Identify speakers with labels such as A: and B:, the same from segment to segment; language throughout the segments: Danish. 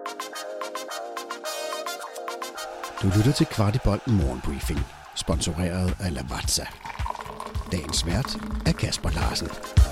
A: Du lytter til Kvartibold Morgenbriefing, sponsoreret af Lavazza. Dagens vært er Kasper Larsen.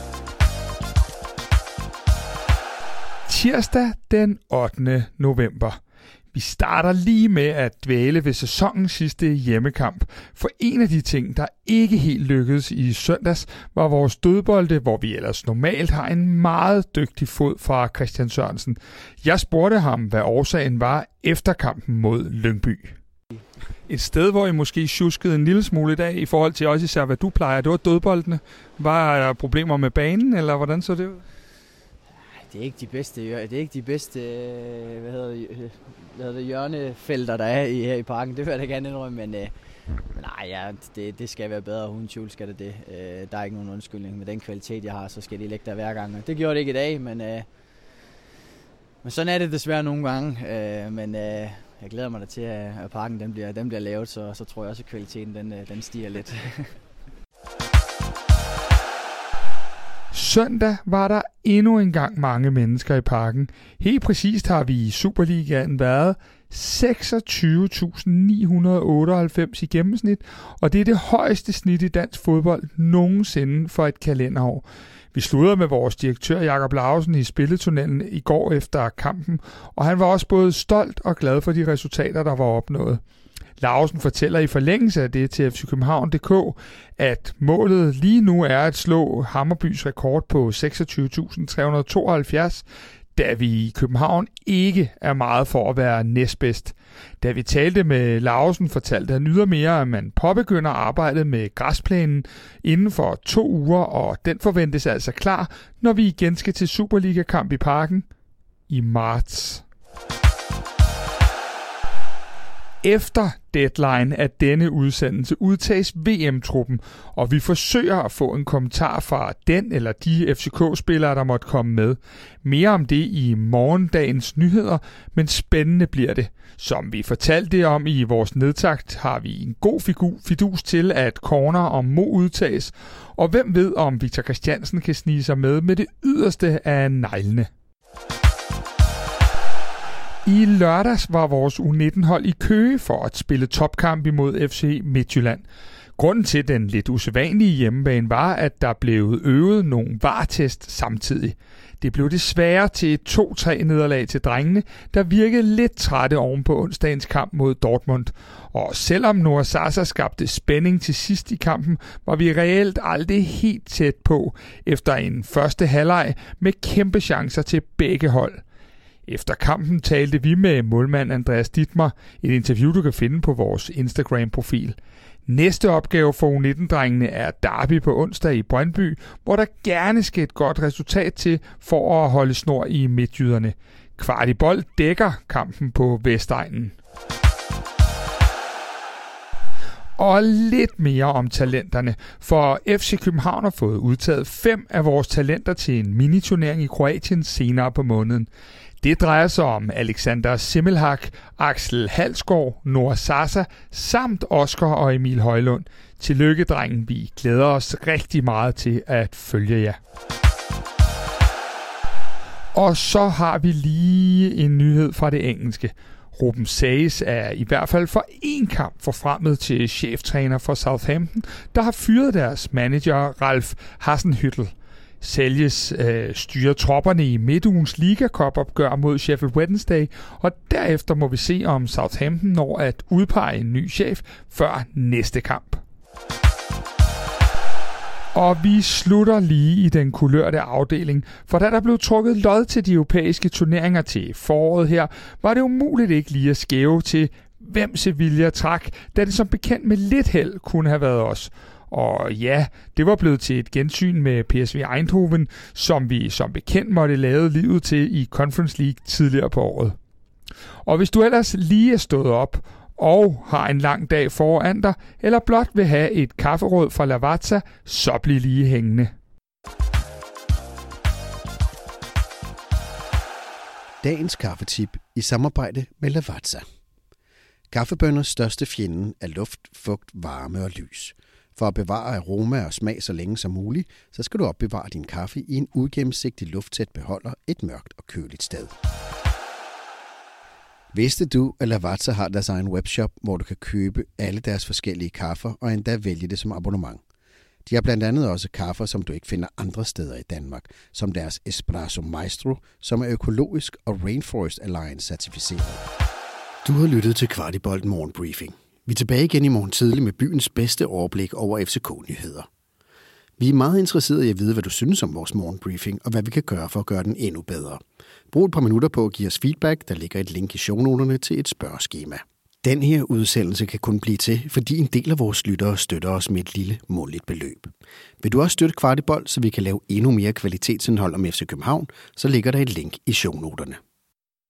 B: Tirsdag den 8. november. Vi starter lige med at dvæle ved sæsonens sidste hjemmekamp, for en af de ting, der ikke helt lykkedes i søndags, var vores dødbolde, hvor vi ellers normalt har en meget dygtig fod fra Christian Sørensen. Jeg spurgte ham, hvad årsagen var efter kampen mod Lyngby. Et sted, hvor I måske sjuskede en lille smule i dag, i forhold til også især, hvad du plejer, det var dødboldene. Var der problemer med banen, eller hvordan så det ud?
C: Det er ikke de bedste hjørnefelter, der er her i parken. Det vil jeg da gerne indrømme, men det skal være bedre. Uden tvivl skal det. Der er ikke nogen undskyldning. Med den kvalitet, jeg har, så skal de ligge der hver gang. Det gjorde det ikke i dag, men sådan er det desværre nogle gange. Men jeg glæder mig da til, at parken den bliver lavet, så tror jeg også, at kvaliteten den stiger lidt.
B: Søndag var der endnu engang mange mennesker i parken. Helt præcist har vi i Superligaen været 26.998 i gennemsnit, og det er det højeste snit i dansk fodbold nogensinde for et kalenderår. Vi sluttede med vores direktør Jakob Lausen i spilletunnelen i går efter kampen, og han var også både stolt og glad for de resultater, der var opnået. Lausen fortæller i forlængelse af det til FC København.dk, at målet lige nu er at slå Hammarbys rekord på 26.372, da vi i København ikke er meget for at være næstbedst. Da vi talte med Lausen, fortalte han ydermere, at man påbegynder arbejdet med græsplænen inden for 2 uger, og den forventes altså klar, når vi igen skal til Superliga-kamp i parken i marts. Efter deadline af denne udsendelse udtages VM-truppen, og vi forsøger at få en kommentar fra den eller de FCK-spillere, der måtte komme med. Mere om det i morgendagens nyheder, men spændende bliver det. Som vi fortalte om i vores nedtakt, har vi en god fidus til, at Corner og Mo udtages, og hvem ved, om Victor Christiansen kan snige sig med det yderste af neglene. I lørdags var vores U19-hold i Køge for at spille topkamp imod FC Midtjylland. Grunden til den lidt usædvanlige hjemmebane var, at der blev øvet nogle VAR-test samtidig. Det blev desværre til et 2-3 nederlag til drengene, der virkede lidt trætte oven på onsdagens kamp mod Dortmund. Og selvom Noah Sasa skabte spænding til sidst i kampen, var vi reelt aldrig helt tæt på efter en første halvleg med kæmpe chancer til begge hold. Efter kampen talte vi med målmand Andreas Dittmer, et interview du kan finde på vores Instagram-profil. Næste opgave for U19-drengene er derby på onsdag i Brøndby, hvor der gerne skal et godt resultat til for at holde snor i midtjyderne. Kvartibold dækker kampen på Vestegnen. Og lidt mere om talenterne, for FC København har fået udtaget 5 af vores talenter til en miniturnering i Kroatien senere på måneden. Det drejer sig om Alexander Simmelhak, Axel Halsgaard, Noah Sasa samt Oscar og Emil Højlund. Tillykke, drengen. Vi glæder os rigtig meget til at følge jer. Og så har vi lige en nyhed fra det engelske. Ruben Sayes er i hvert fald for én kamp forfremmet til cheftræner for Southampton, der har fyret deres manager Ralf Hasenhüttl. Sælges styrer tropperne i midtugens Liga Cup-opgør mod Sheffield Wednesday, og derefter må vi se, om Southampton når at udpege en ny chef før næste kamp. Og vi slutter lige i den kulørte afdeling, for da der blev trukket lod til de europæiske turneringer til foråret her, var det umuligt ikke lige at skæve til, hvem Sevilla trak, da det som bekendt med lidt held kunne have været os. Og ja, det var blevet til et gensyn med PSV Eindhoven, som vi som bekendt måtte lave livet til i Conference League tidligere på året. Og hvis du ellers lige er stået op og har en lang dag foran dig, eller blot vil have et kafferåd fra Lavazza, så bliv lige hængende.
A: Dagens kaffetip i samarbejde med Lavazza. Kaffebønners største fjende er luft, fugt, varme og lys. For at bevare aroma og smag så længe som muligt, så skal du opbevare din kaffe i en ugennemsigtig lufttæt beholder et mørkt og køligt sted. Vidste du, at Lavazza har deres egen webshop, hvor du kan købe alle deres forskellige kaffer og endda vælge det som abonnement? De har blandt andet også kaffer, som du ikke finder andre steder i Danmark, som deres Espresso Maestro, som er økologisk og Rainforest Alliance certificeret. Du har lyttet til Kvartibolt Morgenbriefing. Vi er tilbage igen i morgen tidlig med byens bedste overblik over FCK-nyheder. Vi er meget interesserede i at vide, hvad du synes om vores morgenbriefing, og hvad vi kan gøre for at gøre den endnu bedre. Brug et par minutter på at give os feedback. Der ligger et link i shownoterne til et spørgeskema. Den her udsendelse kan kun blive til, fordi en del af vores lyttere støtter os med et lille månedligt beløb. Vil du også støtte Kvartibolt, så vi kan lave endnu mere kvalitetsindhold om FC København, så ligger der et link i shownoterne.